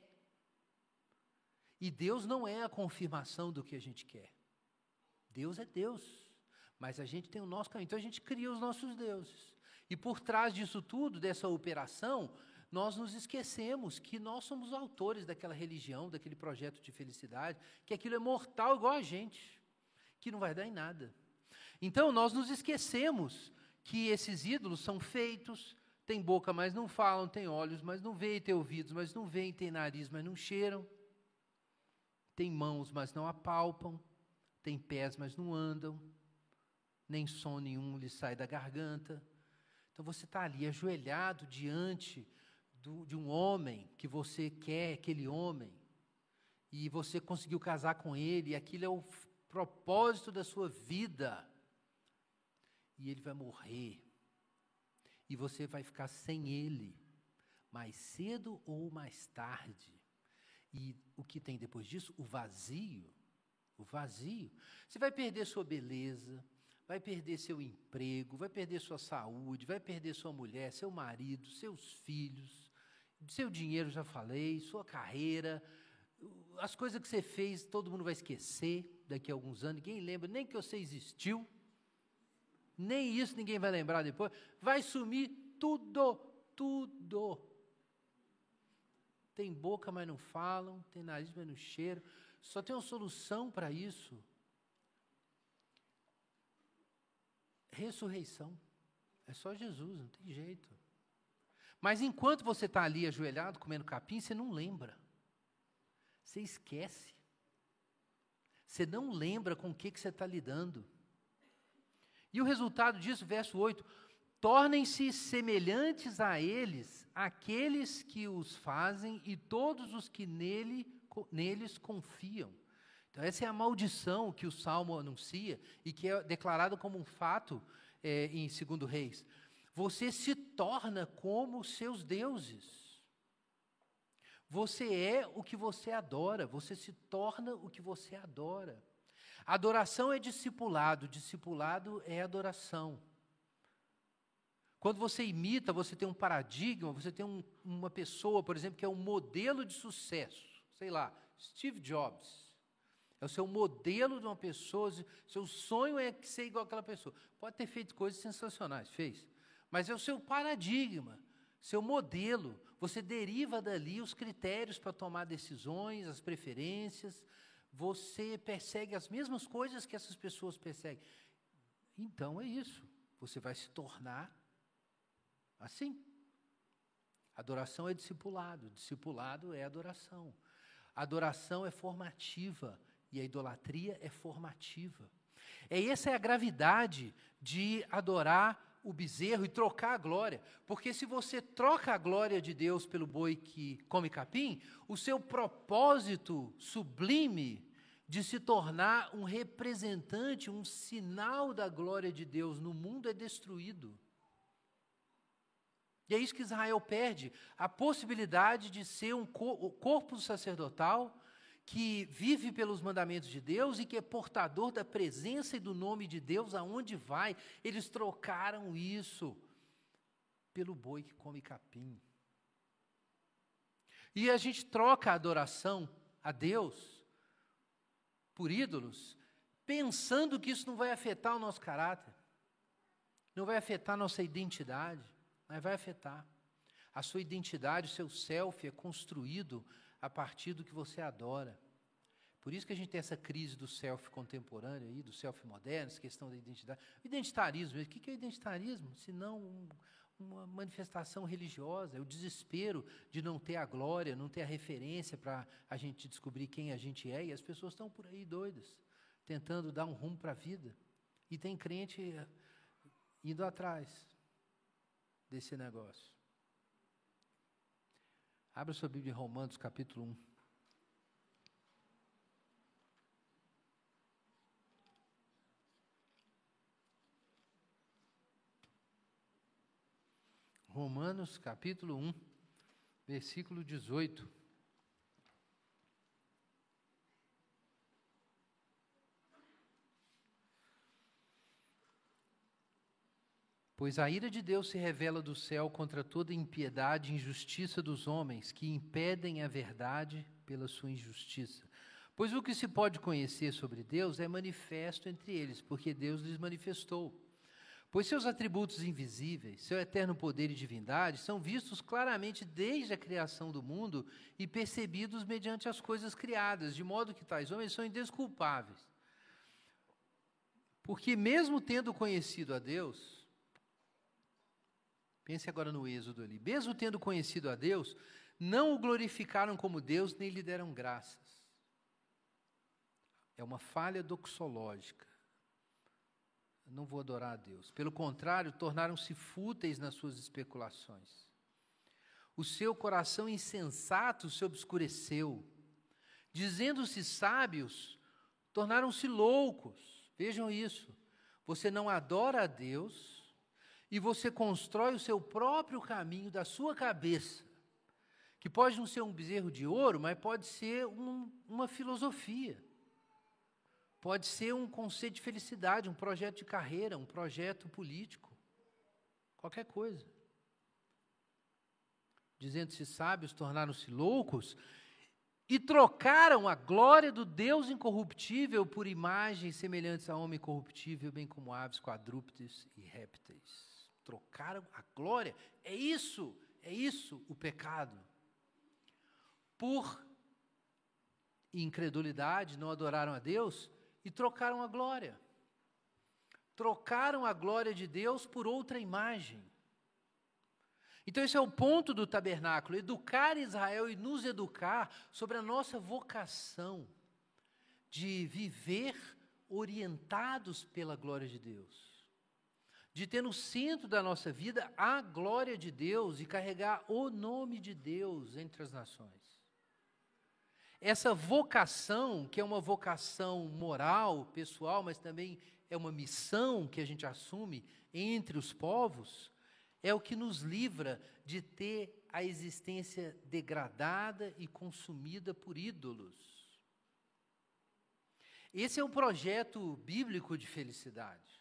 E Deus não é a confirmação do que a gente quer. Deus é Deus, mas a gente tem o nosso caminho. Então a gente cria os nossos deuses. E por trás disso tudo, dessa operação, nós nos esquecemos que nós somos autores daquela religião, daquele projeto de felicidade, que aquilo é mortal igual a gente, que não vai dar em nada. Então nós nos esquecemos que esses ídolos são feitos, tem boca, mas não falam, tem olhos, mas não veem, tem ouvidos, mas não veem, tem nariz, mas não cheiram, tem mãos, mas não apalpam, tem pés, mas não andam, nem som nenhum lhe sai da garganta. Então você está ali ajoelhado diante de um homem que você quer, aquele homem, e você conseguiu casar com ele, e aquilo é o propósito da sua vida. E ele vai morrer, e você vai ficar sem ele, mais cedo ou mais tarde. E o que tem depois disso? O vazio. O vazio. Você vai perder sua beleza, vai perder seu emprego, vai perder sua saúde, vai perder sua mulher, seu marido, seus filhos, seu dinheiro, já falei, sua carreira, as coisas que você fez, todo mundo vai esquecer daqui a alguns anos, ninguém lembra nem que você existiu, nem isso ninguém vai lembrar depois, vai sumir tudo, tudo. Tem boca, mas não falam, tem nariz, mas não cheiram, só tem uma solução para isso. Ressurreição. É só Jesus, não tem jeito. Mas enquanto você está ali ajoelhado, comendo capim, você não lembra. Você esquece. Você não lembra com o que você está lidando. E o resultado disso, verso 8, tornem-se semelhantes a eles, aqueles que os fazem e todos os que neles confiam. Então essa é a maldição que o Salmo anuncia e que é declarado como um fato em 2 Reis. Você se torna como os seus deuses. Você é o que você adora, você se torna o que você adora. Adoração é discipulado, discipulado é adoração. Quando você imita, você tem um paradigma, você tem uma pessoa, por exemplo, que é um modelo de sucesso. Sei lá, Steve Jobs. É o seu modelo de uma pessoa, seu sonho é ser igual àquela pessoa. Pode ter feito coisas sensacionais, fez. Mas é o seu paradigma, seu modelo. Você deriva dali os critérios para tomar decisões, as preferências. Você persegue as mesmas coisas que essas pessoas perseguem. Então é isso. Você vai se tornar assim. Adoração é discipulado, discipulado é adoração. Adoração é formativa e a idolatria é formativa. Essa é a gravidade de adorar o bezerro e trocar a glória. Porque se você troca a glória de Deus pelo boi que come capim, o seu propósito sublime de se tornar um representante, um sinal da glória de Deus no mundo é destruído. E é isso que Israel perde, a possibilidade de ser o corpo sacerdotal que vive pelos mandamentos de Deus e que é portador da presença e do nome de Deus aonde vai. Eles trocaram isso pelo boi que come capim. E a gente troca a adoração a Deus por ídolos, pensando que isso não vai afetar o nosso caráter, não vai afetar a nossa identidade. Mas vai afetar. A sua identidade, o seu self é construído a partir do que você adora. Por isso que a gente tem essa crise do self contemporâneo, aí, do self moderno, essa questão da identidade. O identitarismo, o que é identitarismo? Se não uma manifestação religiosa, é o desespero de não ter a glória, não ter a referência para a gente descobrir quem a gente é, e as pessoas estão por aí doidas, tentando dar um rumo para a vida. E tem crente indo atrás desse negócio. Abra sua Bíblia em Romanos, capítulo 1. Romanos, capítulo 1, versículo 18. Pois a ira de Deus se revela do céu contra toda impiedade e injustiça dos homens, que impedem a verdade pela sua injustiça. Pois o que se pode conhecer sobre Deus é manifesto entre eles, porque Deus lhes manifestou. Pois seus atributos invisíveis, seu eterno poder e divindade, são vistos claramente desde a criação do mundo e percebidos mediante as coisas criadas, de modo que tais homens são indesculpáveis. Porque mesmo tendo conhecido a Deus, pense agora no Êxodo ali, mesmo tendo conhecido a Deus, não o glorificaram como Deus, nem lhe deram graças. É uma falha doxológica. Não vou adorar a Deus. Pelo contrário, tornaram-se fúteis nas suas especulações. O seu coração insensato se obscureceu. Dizendo-se sábios, tornaram-se loucos. Vejam isso. Você não adora a Deus e você constrói o seu próprio caminho da sua cabeça, que pode não ser um bezerro de ouro, mas pode ser uma filosofia. Pode ser um conceito de felicidade, um projeto de carreira, um projeto político, qualquer coisa. Dizendo-se sábios, tornaram-se loucos e trocaram a glória do Deus incorruptível por imagens semelhantes a homem corruptível, bem como aves, quadrúpedes e répteis. Trocaram a glória. É isso o pecado. Por incredulidade, não adoraram a Deus e trocaram a glória. Trocaram a glória de Deus por outra imagem. Então esse é o ponto do tabernáculo, educar Israel e nos educar sobre a nossa vocação de viver orientados pela glória de Deus. De ter no centro da nossa vida a glória de Deus e carregar o nome de Deus entre as nações. Essa vocação, que é uma vocação moral, pessoal, mas também é uma missão que a gente assume entre os povos, é o que nos livra de ter a existência degradada e consumida por ídolos. Esse é um projeto bíblico de felicidade.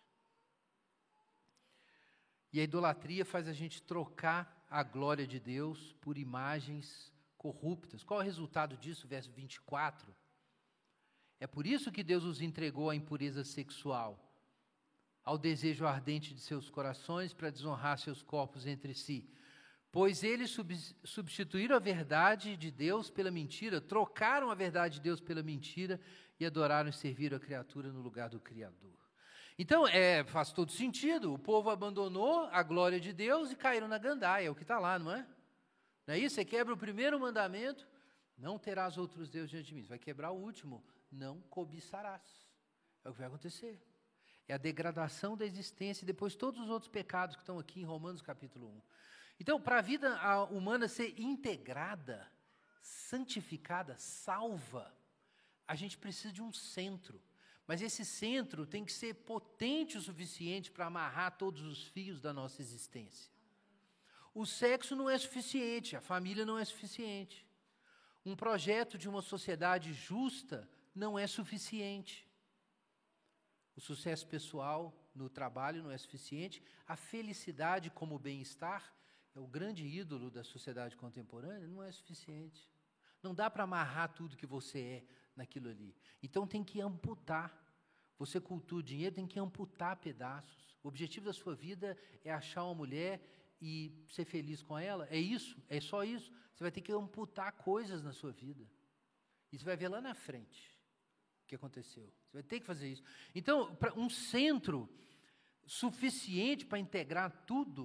E a idolatria faz a gente trocar a glória de Deus por imagens corruptas. Qual é o resultado disso? Verso 24. É por isso que Deus os entregou à impureza sexual, ao desejo ardente de seus corações, para desonrar seus corpos entre si. Pois eles substituíram a verdade de Deus pela mentira, trocaram a verdade de Deus pela mentira e adoraram e serviram a criatura no lugar do Criador. Então, faz todo sentido. O povo abandonou a glória de Deus e caíram na gandaia, é o que está lá, não é? Não é isso? Você quebra o primeiro mandamento, não terás outros deuses diante de mim. Você vai quebrar o último, não cobiçarás. É o que vai acontecer. É a degradação da existência e depois todos os outros pecados que estão aqui em Romanos capítulo 1. Então, para a vida humana ser integrada, santificada, salva, a gente precisa de um centro. Mas esse centro tem que ser potente o suficiente para amarrar todos os fios da nossa existência. O sexo não é suficiente, a família não é suficiente. Um projeto de uma sociedade justa não é suficiente. O sucesso pessoal no trabalho não é suficiente. A felicidade como bem-estar é o grande ídolo da sociedade contemporânea, não é suficiente. Não dá para amarrar tudo que você é naquilo ali. Então tem que amputar. Você cultua o dinheiro, tem que amputar pedaços. O objetivo da sua vida é achar uma mulher e ser feliz com ela. É isso, é só isso. Você vai ter que amputar coisas na sua vida. E você vai ver lá na frente o que aconteceu. Você vai ter que fazer isso. Então, um centro suficiente para integrar tudo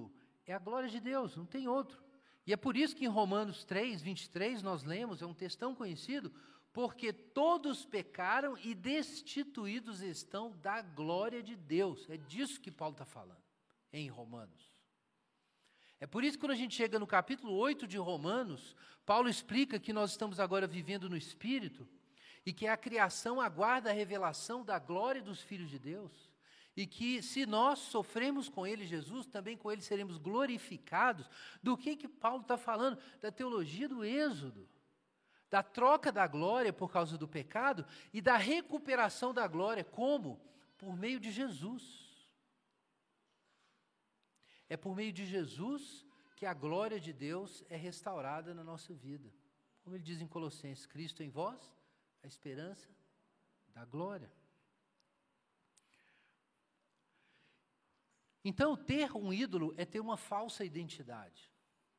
é a glória de Deus, não tem outro. E é por isso que em Romanos 3, 23, nós lemos, é um texto tão conhecido, porque todos pecaram e destituídos estão da glória de Deus. É disso que Paulo está falando, em Romanos. É por isso que quando a gente chega no capítulo 8 de Romanos, Paulo explica que nós estamos agora vivendo no Espírito, e que a criação aguarda a revelação da glória dos filhos de Deus, e que se nós sofremos com Ele, Jesus, também com Ele seremos glorificados. Do que Paulo está falando? Da teologia do Êxodo, da troca da glória por causa do pecado e da recuperação da glória. Como? Por meio de Jesus. É por meio de Jesus que a glória de Deus é restaurada na nossa vida. Como ele diz em Colossenses, Cristo em vós, a esperança da glória. Então, ter um ídolo é ter uma falsa identidade.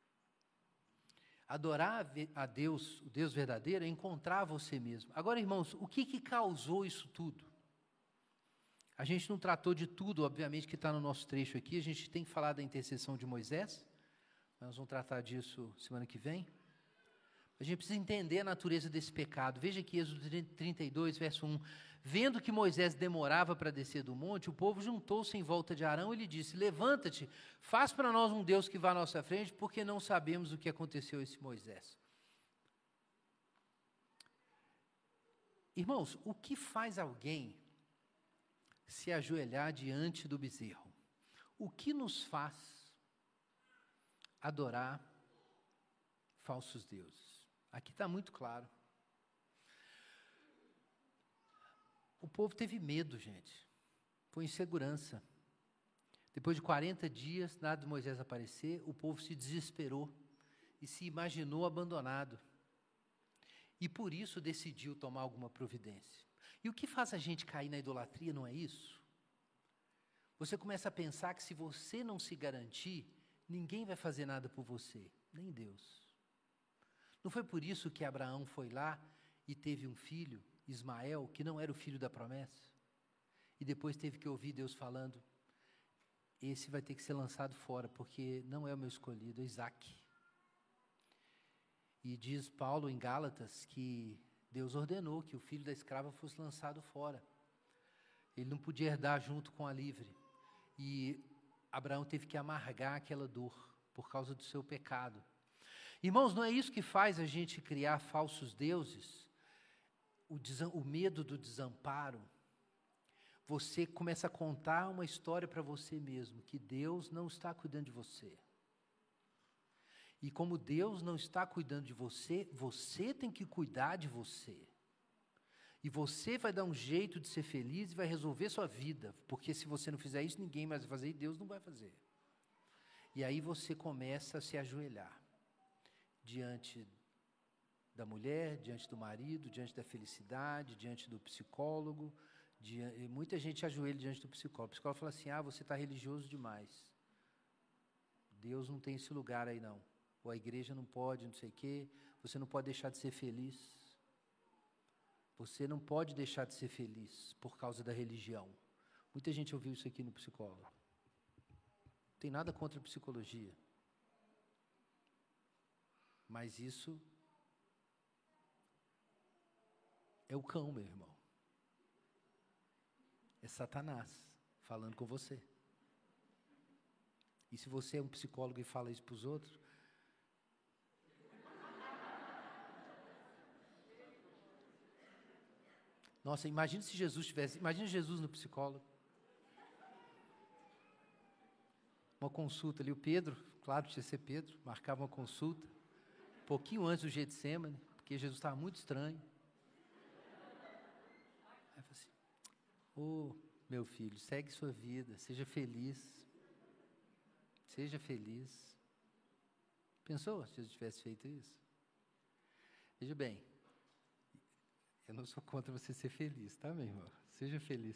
Adorar a Deus, o Deus verdadeiro, é encontrar você mesmo. Agora, irmãos, o que causou isso tudo? A gente não tratou de tudo, obviamente, que está no nosso trecho aqui. A gente tem que falar da intercessão de Moisés. Nós vamos tratar disso semana que vem. A gente precisa entender a natureza desse pecado. Veja aqui, Êxodo 32, verso 1. Vendo que Moisés demorava para descer do monte, o povo juntou-se em volta de Arão e lhe disse: levanta-te, faz para nós um Deus que vá à nossa frente, porque não sabemos o que aconteceu a esse Moisés. Irmãos, o que faz alguém se ajoelhar diante do bezerro? O que nos faz adorar falsos deuses? Aqui está muito claro. O povo teve medo, gente. Foi insegurança. Depois de 40 dias, nada de Moisés aparecer, o povo se desesperou e se imaginou abandonado. E por isso decidiu tomar alguma providência. E o que faz a gente cair na idolatria não é isso? Você começa a pensar que se você não se garantir, ninguém vai fazer nada por você, nem Deus. Não foi por isso que Abraão foi lá e teve um filho, Ismael, que não era o filho da promessa? E depois teve que ouvir Deus falando: esse vai ter que ser lançado fora, porque não é o meu escolhido, é Isaque. E diz Paulo em Gálatas que Deus ordenou que o filho da escrava fosse lançado fora. Ele não podia herdar junto com a livre. E Abraão teve que amargar aquela dor por causa do seu pecado. Irmãos, não é isso que faz a gente criar falsos deuses? O medo do desamparo. Você começa a contar uma história para você mesmo, que Deus não está cuidando de você. E como Deus não está cuidando de você, você tem que cuidar de você. E você vai dar um jeito de ser feliz e vai resolver sua vida. Porque se você não fizer isso, ninguém mais vai fazer e Deus não vai fazer. E aí você começa a se ajoelhar diante da mulher, diante do marido, diante da felicidade, diante do psicólogo. Muita gente ajoelha diante do psicólogo. O psicólogo fala assim: você está religioso demais. Deus não tem esse lugar aí não. Ou a igreja não pode, não sei o quê. Você não pode deixar de ser feliz. Você não pode deixar de ser feliz por causa da religião. Muita gente ouviu isso aqui no psicólogo. Não tem nada contra a psicologia. Mas isso é o cão, meu irmão. É Satanás falando com você. E se você é um psicólogo e fala isso para os outros, nossa, imagina se Jesus tivesse, imagina Jesus no psicólogo. Uma consulta ali, o Pedro, claro, tinha que ser Pedro, marcava uma consulta, um pouquinho antes do Getsêmani, porque Jesus estava muito estranho. Aí falou assim: meu filho, segue sua vida, seja feliz. Seja feliz. Pensou se Jesus tivesse feito isso? Veja bem, eu não sou contra você ser feliz, tá, meu irmão? Seja feliz.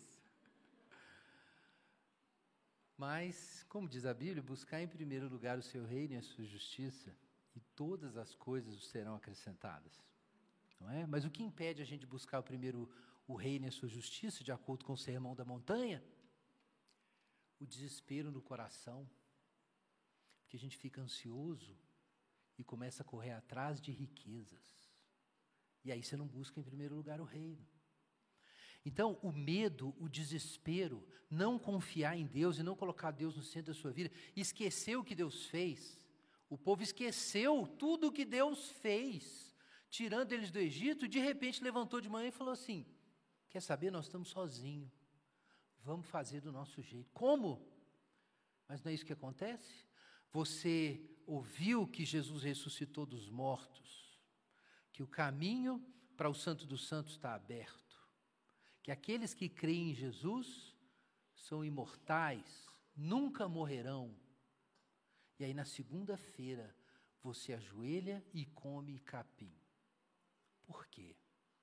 Mas, como diz a Bíblia, buscar em primeiro lugar o seu reino e a sua justiça, e todas as coisas serão acrescentadas. Não é? Mas o que impede a gente buscar primeiro o reino e a sua justiça, de acordo com o Sermão da Montanha? O desespero no coração, Porque a gente fica ansioso e começa a correr atrás de riquezas. E aí você não busca em primeiro lugar o reino. Então, o medo, o desespero, não confiar em Deus e não colocar Deus no centro da sua vida, esquecer o que Deus fez. O povo esqueceu tudo o que Deus fez, tirando eles do Egito, e de repente levantou de manhã e falou assim: quer saber, nós estamos sozinhos, vamos fazer do nosso jeito. Como? Mas não é isso que acontece? Você ouviu que Jesus ressuscitou dos mortos, que o caminho para o Santo dos Santos está aberto, que aqueles que creem em Jesus são imortais, nunca morrerão. E aí na segunda-feira você ajoelha e come capim. Por quê?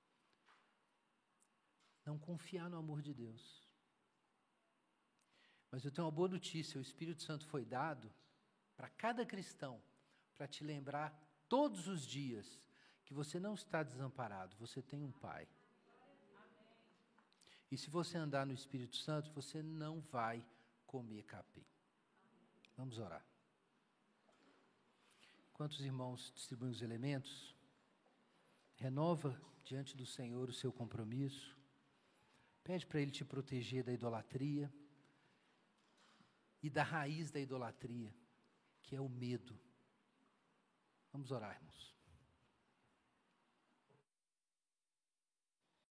Não confiar no amor de Deus. Mas eu tenho uma boa notícia: o Espírito Santo foi dado para cada cristão, para te lembrar todos os dias que você não está desamparado, você tem um Pai. E se você andar no Espírito Santo, você não vai comer capim. Vamos orar. Enquanto os irmãos distribuem os elementos, renova diante do Senhor o seu compromisso. Pede para Ele te proteger da idolatria e da raiz da idolatria, que é o medo. Vamos orar, irmãos.